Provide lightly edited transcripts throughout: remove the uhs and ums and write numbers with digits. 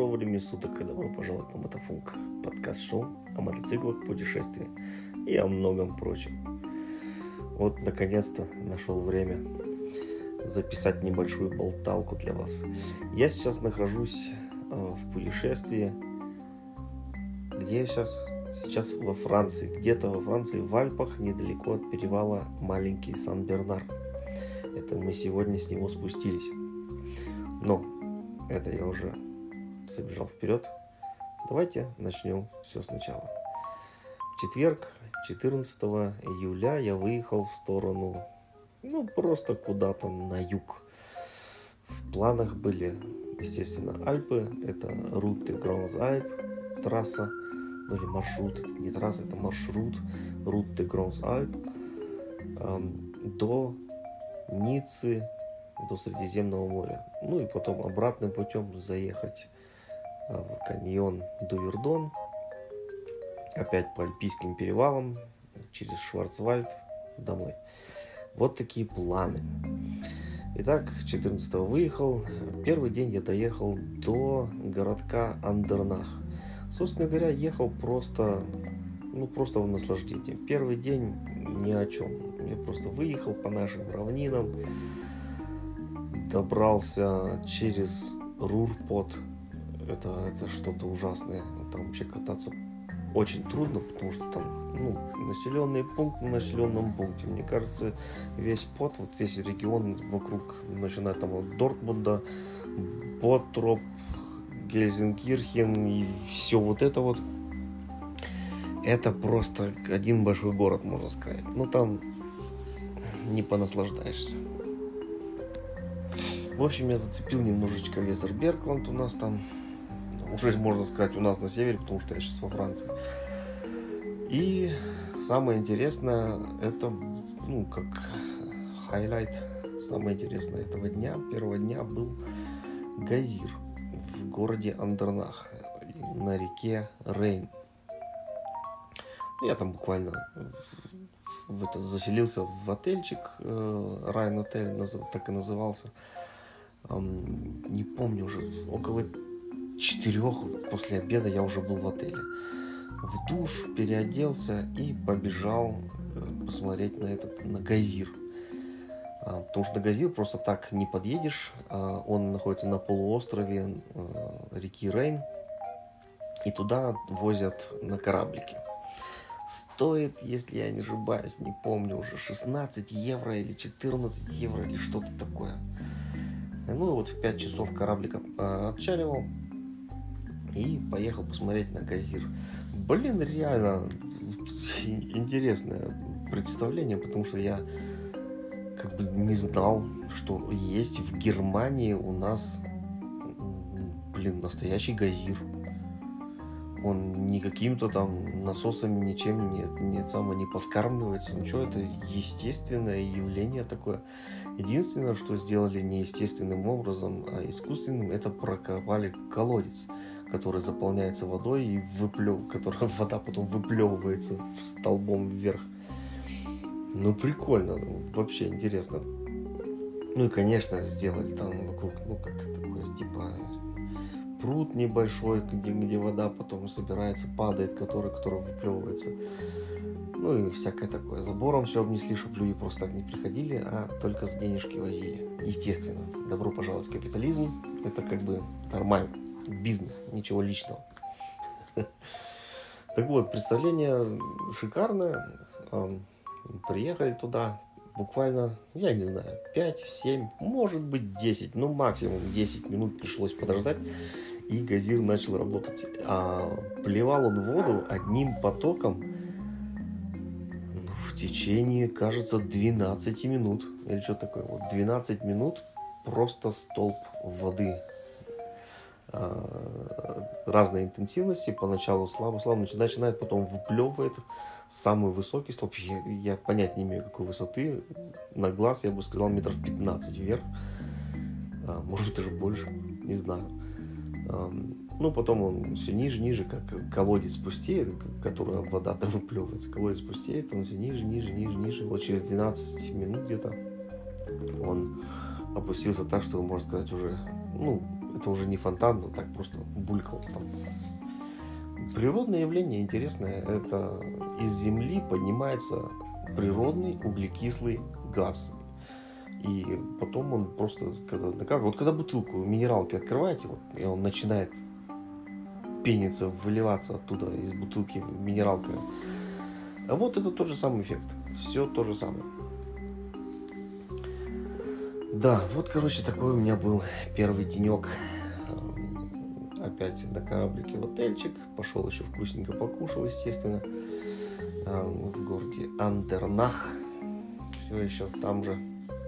Доброго времени суток и добро пожаловать на Мотофунк, подкаст-шоу о мотоциклах, путешествиях и о многом прочем. Вот, наконец-то нашел время записать небольшую болталку для вас. Я сейчас нахожусь в путешествии. Где я сейчас? Сейчас во Франции. Где-то во Франции, в Альпах, недалеко от перевала Маленький Сан-Бернар. Это мы сегодня с него спустились. Но это я уже забежал вперед. Давайте начнем все сначала. В четверг, 14 июля, я выехал в сторону, просто куда-то на юг. В планах были, естественно, Альпы. Это Route des Grands Alpes, трасса, или маршрут. Это не трасса, это маршрут Route des Grands Alpes до Ниццы, до Средиземного моря. И потом обратным путем заехать в каньон Дувердон, опять по Альпийским перевалам, через Шварцвальд домой. Вот такие планы. Итак, 14-го выехал. Первый день я доехал до городка Андернах. Собственно говоря, ехал просто в наслаждение. Первый день ни о чем. Я просто выехал по нашим равнинам, добрался через Рурпот. Это что-то ужасное. Там вообще кататься очень трудно, потому что там населенный пункт на населенном пункте. Мне кажется, весь весь регион вокруг, начиная там от Дортмунда, Боттроп, Гельзенкирхен и все это это просто один большой город, можно сказать. Там не понаслаждаешься. В общем, я зацепил немножечко Везербергланд у нас там. Уже, можно сказать, у нас на севере, потому что я сейчас во Франции. И самое интересное, это, как хайлайт, самое интересное этого дня, первого дня был Газир в городе Андернах на реке Рейн. Я там буквально заселился в отельчик, Райн отель так и назывался. Не помню уже, около 4 после обеда я уже был в отеле. В душ, переоделся и побежал посмотреть на Газир. Потому что на Газир просто так не подъедешь. Он находится на полуострове реки Рейн. И туда возят на кораблике. Стоит, если я не ошибаюсь, не помню уже, 16 евро или 14 евро или что-то такое. В 5 часов кораблик отчаливал и поехал посмотреть на Газир. Реально интересное представление, потому что я не знал, что есть в Германии у нас настоящий Газир. Он не каким-то там насосами ничем не подкармливается. Ничего, это естественное явление такое. Единственное, что сделали не естественным образом, а искусственным, это прокопали колодец, который заполняется водой и вода потом выплевывается столбом вверх. Прикольно, вообще интересно. И, конечно, сделали там вокруг, такой, пруд небольшой, где вода потом собирается, падает, который выплевывается. И всякое такое. Забором все обнесли, чтобы люди просто так не приходили, а только с денежки возили. Естественно. Добро пожаловать в капитализм. Это нормально. Бизнес. Ничего личного. Так вот, представление шикарное. Приехали туда. Буквально, я не знаю, 5, 7, может быть 10, максимум 10 минут пришлось подождать, и Газир начал работать. А плевал он воду одним потоком в течение, кажется, 12 минут. Или что такое? 12 минут просто столб воды. Разной интенсивности. Поначалу слабо, начинает, потом выплевывает самый высокий столб. Я понять не имею, какой высоты. На глаз, я бы сказал, метров 15 вверх. Может, даже больше. Не знаю. Потом он все ниже, как колодец пустеет, которая вода-то выплевывается. Колодец пустеет, он все ниже. Вот через 12 минут где-то он опустился так, что, можно сказать, уже это уже не фонтан, а так просто булькал там. Природное явление интересное. Это из земли поднимается природный углекислый газ. И потом он просто, когда бутылку минералки открываете, вот, и он начинает пениться, выливаться оттуда из бутылки минералка. А вот это тот же самый эффект. Все то же самое. Да, вот, короче, такой у меня был первый денек. Опять на кораблике в отельчик. Пошел еще вкусненько покушал, естественно. В городе Андернах. Все еще там же.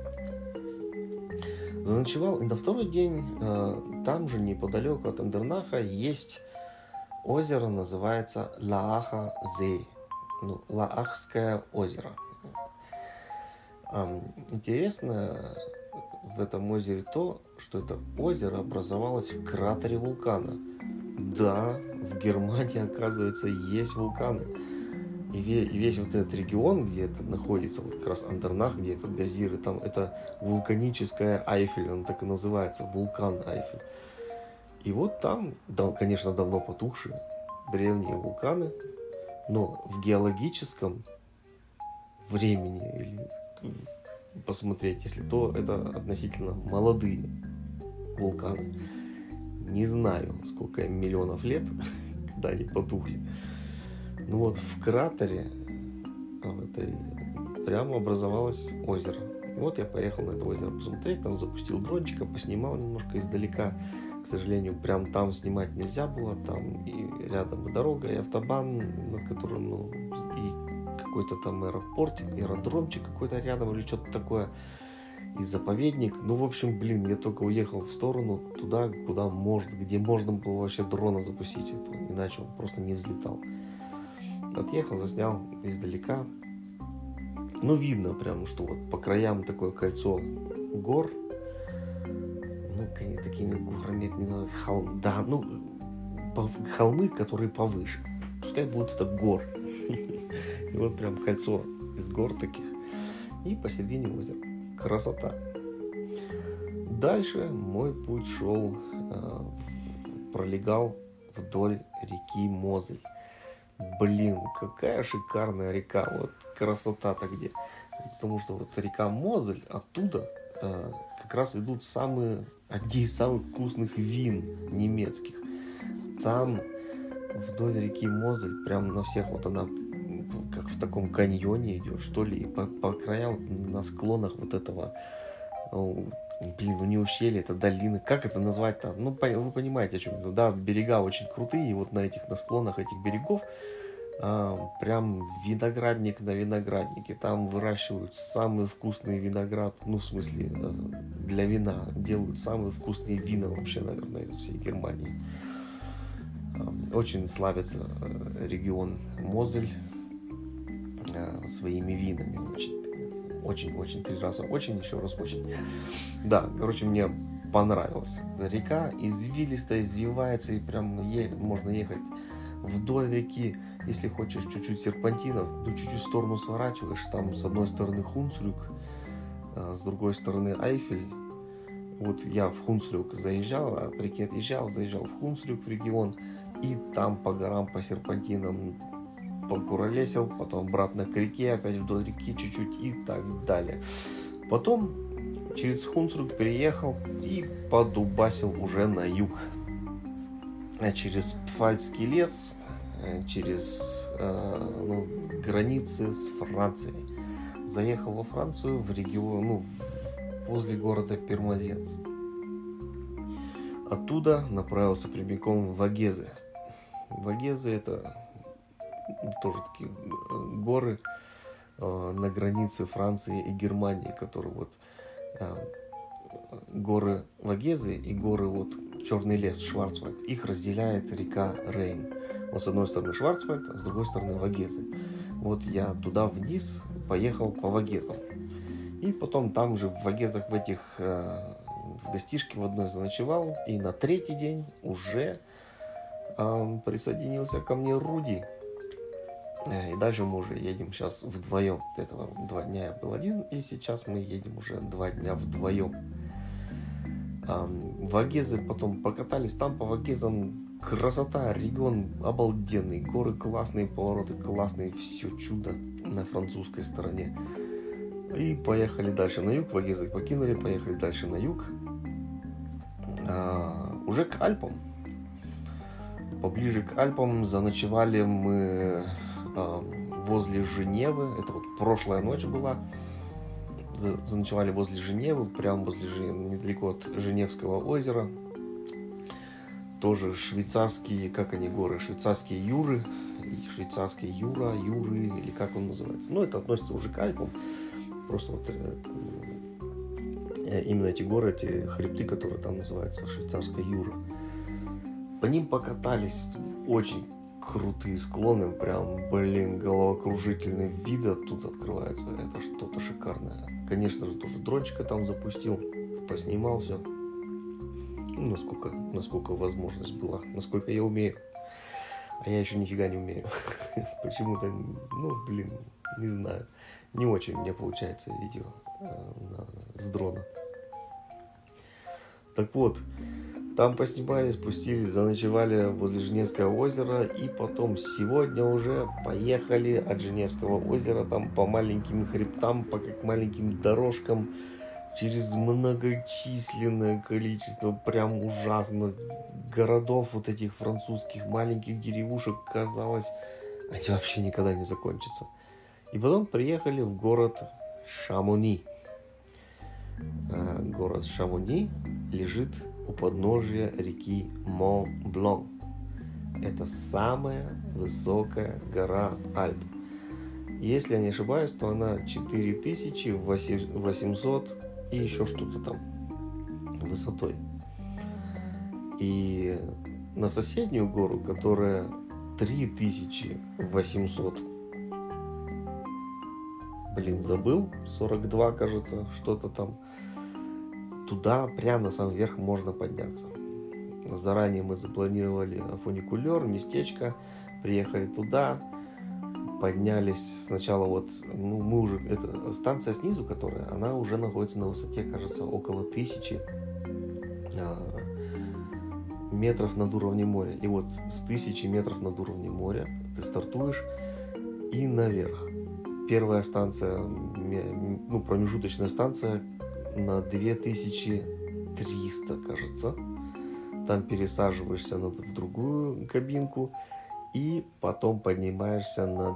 Заночевал. И на второй день там же неподалеку от Андернаха есть озеро, называется Лааха-Зей. Лаахское озеро. Интересно в этом озере то, что это озеро образовалось в кратере вулкана. Да, в Германии, оказывается, есть вулканы. И весь вот этот регион, где это находится, вот как раз Андернах, где это газиры, там это вулканическая Айфель, он так и называется, вулкан Айфель. И вот там, да, конечно, давно потухшие древние вулканы, но в геологическом времени, или посмотреть, если то, это относительно молодые вулканы. Не знаю, сколько им миллионов лет, когда они потухли. Ну вот в кратере прямо образовалось озеро. И вот я поехал на это озеро посмотреть, там запустил дрончика, поснимал немножко издалека. К сожалению, прям там снимать нельзя было, там и рядом и дорога, и автобан, над которым, и какой-то там аэродромчик какой-то рядом или что-то такое, и заповедник. Ну, в общем, я только уехал в сторону туда, где можно было вообще дрона запустить, иначе он просто не взлетал. Отъехал, заснял издалека. Ну, видно прям, что вот по краям такое кольцо гор. Ну, такими горами это не надо. Холмы, которые повыше. Пускай будут это гор. И вот прям кольцо из гор таких. И посередине озера. Красота. Дальше мой путь пролегал вдоль реки Мозель. Какая шикарная река. Вот красота-то где. Потому что вот река Мозель, оттуда как раз идут одни из самых вкусных вин немецких. Там вдоль реки Мозель, прям на всех, вот она как в таком каньоне идет, что ли, и по краям, на склонах вот этого, не ущелье, это долины, как это назвать-то? Ну, вы понимаете, о чем. Да, берега очень крутые, и вот на склонах этих берегов прям виноградник на винограднике. Там выращивают самый вкусный виноград, ну, в смысле, для вина. Делают самые вкусные вина вообще, наверное, из всей Германии. Очень славится регион Мозель своими винами. Очень, 3 раза очень, еще раз очень. Да, короче, мне понравилось. Река извилистая, извивается, и прям можно ехать вдоль реки. Если хочешь чуть-чуть серпантинов, чуть-чуть в сторону сворачиваешь, там с одной стороны Хунцлюк, с другой стороны Айфель. Вот я в Хунцлюк заезжал, от реки заезжал в Хунцлюк, в регион, и там по горам, по серпантинам покуролесил, потом обратно к реке, опять вдоль реки чуть-чуть и так далее. Потом через Хунцлюк переехал и подубасил уже на юг. Через Пфальцский лес, через границы с Францией. Заехал во Францию, в регион, возле города Пермазенс. Оттуда направился прямиком в Агезе. Вагезе — это тоже такие горы на границе Франции и Германии, которые вот горы Вагезе и горы Черный лес, Шварцвальд, их разделяет река Рейн. Вот с одной стороны Шварцвальд, а с другой стороны Вагезе. Вот я туда вниз поехал по Вагезам. И потом там же в Вагезах в гостишке в одной заночевал. И на 3-й день уже присоединился ко мне Руди. И дальше мы уже едем сейчас вдвоем. До этого 2 дня я был один, и сейчас мы едем уже 2 дня вдвоем. Вагезы потом покатались там по Вагезам. Красота, регион обалденный, горы классные, повороты классные, все чудо на французской стороне. И поехали дальше на юг, Вагезы покинули, поехали дальше на юг, уже к Альпам. Поближе к Альпам заночевали мы возле Женевы, это вот прошлая ночь была. Заночевали возле Женевы, прямо возле недалеко от Женевского озера. Тоже швейцарские, как они горы, швейцарские Юры, Юры, или как он называется. Но это относится уже к Альпам. Просто вот именно эти горы, эти хребты, которые там называются швейцарская Юра. По ним покатались, очень крутые склоны, прям, головокружительный вид оттуда открывается. Это что-то шикарное. Конечно же, тоже дрончика там запустил, поснимал все. Ну, насколько возможность была, насколько я умею. А я еще нифига не умею. Почему-то, не знаю. Не очень у меня получается видео с дрона. Так вот, там поснимали, спустились, заночевали возле Женевского озера. И потом сегодня уже поехали от Женевского озера там по маленьким хребтам, по как маленьким дорожкам. Через многочисленное количество, прям ужасно, городов вот этих французских, маленьких деревушек, казалось, они вообще никогда не закончатся. И потом приехали в город Шамони. Город Шамони лежит у подножия реки Мон-Блан. Это самая высокая гора Альп. Если я не ошибаюсь, то она 4800 и еще что-то там высотой. И на соседнюю гору, которая 3800, забыл, 42, кажется, что-то там, туда прямо на самый верх можно подняться. Заранее мы запланировали фуникулер, местечко, приехали туда, поднялись сначала мы уже, это станция снизу, которая, она уже находится на высоте, кажется, около 1000 метров над уровнем моря. И вот с 1000 метров над уровнем моря ты стартуешь и наверх. Первая станция, промежуточная станция на 2300, кажется. Там пересаживаешься в другую кабинку. И потом поднимаешься на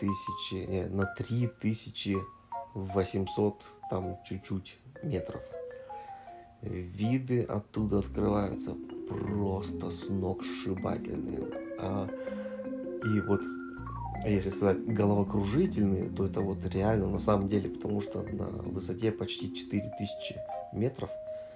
3800, там чуть-чуть метров. Виды оттуда открываются просто сногсшибательные. И вот, если сказать головокружительные, то это вот реально на самом деле, потому что на высоте почти 4000 метров,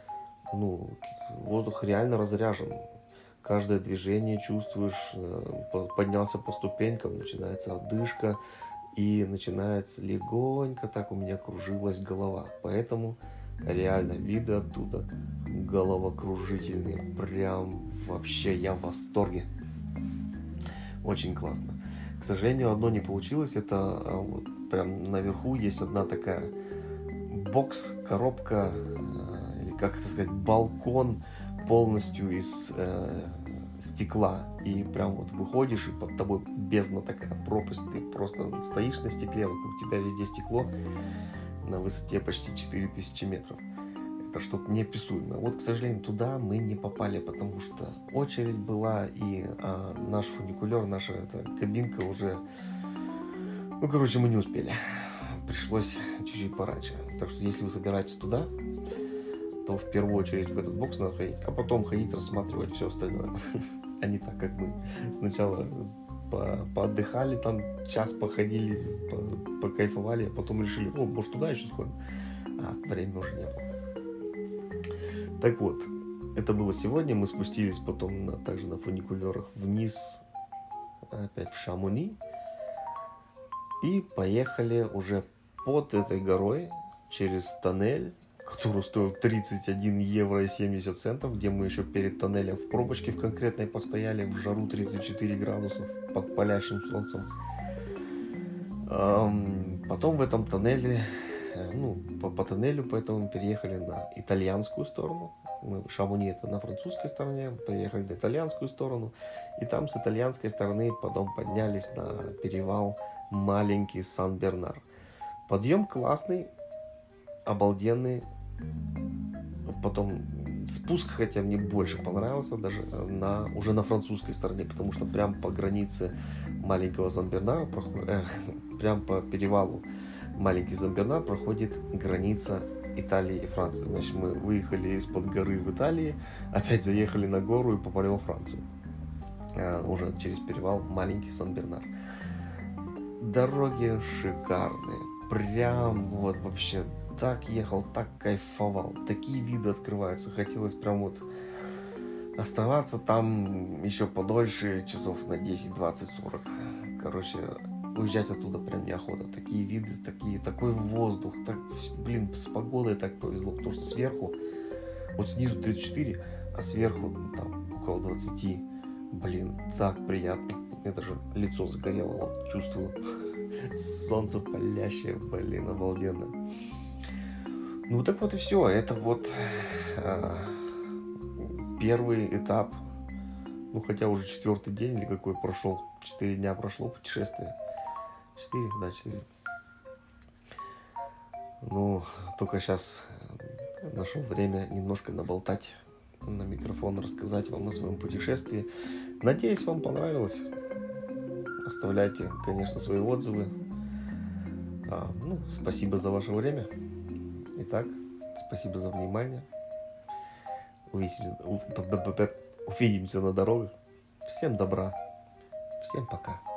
воздух реально разряжен. Каждое движение чувствуешь, поднялся по ступенькам, начинается одышка, и начинается легонько так у меня кружилась голова. Поэтому реально виды оттуда головокружительные. Прям вообще я в восторге. Очень классно. К сожалению, одно не получилось. Это вот прям наверху есть одна такая бокс, коробка, или как это сказать, балкон, полностью из стекла, и прям вот выходишь, и под тобой бездна такая, пропасть, ты просто стоишь на стекле, вокруг тебя везде стекло на высоте почти 4000 метров. Это что-то неописуемое. Вот, к сожалению, туда мы не попали, потому что очередь была, и наш фуникулер, наша кабинка уже, мы не успели. Пришлось чуть-чуть пораньше. Так что, если вы собираетесь туда, то в первую очередь в этот бокс надо ходить, а потом ходить рассматривать все остальное. А не так, как мы. Сначала поотдыхали, там час походили, покайфовали, а потом решили, может туда еще сходим. А времени уже не было. Так вот, это было сегодня. Мы спустились потом также на фуникулерах вниз, опять в Шамони. И поехали уже под этой горой через тоннель, который стоил 31 евро и 70 центов, где мы еще перед тоннелем в пробочке в конкретной постояли в жару 34 градусов под палящим солнцем. Потом в этом тоннеле по тоннелю, поэтому мы переехали на итальянскую сторону. Мы в Шамони, это на французской стороне, поехали на итальянскую сторону. И там с итальянской стороны потом поднялись на перевал маленький Сан-Бернар. Подъем классный, обалденный. Потом спуск, хотя мне больше понравился, даже уже на французской стороне, потому что прям по границе маленького Сан-Бернара, прям по перевалу маленький Сан-Бернар проходит граница Италии и Франции. Значит, мы выехали из-под горы в Италии, опять заехали на гору и попали во Францию. Уже через перевал маленький Сан-Бернар. Дороги шикарные. Прям вот вообще так ехал, так кайфовал. Такие виды открываются. Хотелось прям вот оставаться там еще подольше, часов на 10, 20, 40. Короче, уезжать оттуда прям неохота. Такие виды, такой воздух. Так, с погодой так повезло. Потому что сверху, вот снизу 34, а сверху там около 20. Так приятно. Мне даже лицо загорело, вот, чувствую. Солнце палящее, обалденно. Ну так вот и все. Это вот первый этап. Хотя уже 4-й день или какой прошел. 4 дня прошло путешествие. 4, да, 4. Только сейчас нашел время немножко наболтать на микрофон, рассказать вам о своем путешествии. Надеюсь, вам понравилось. Оставляйте, конечно, свои отзывы. Спасибо за ваше время. Итак, спасибо за внимание. Увидимся на дорогах. Всем добра. Всем пока.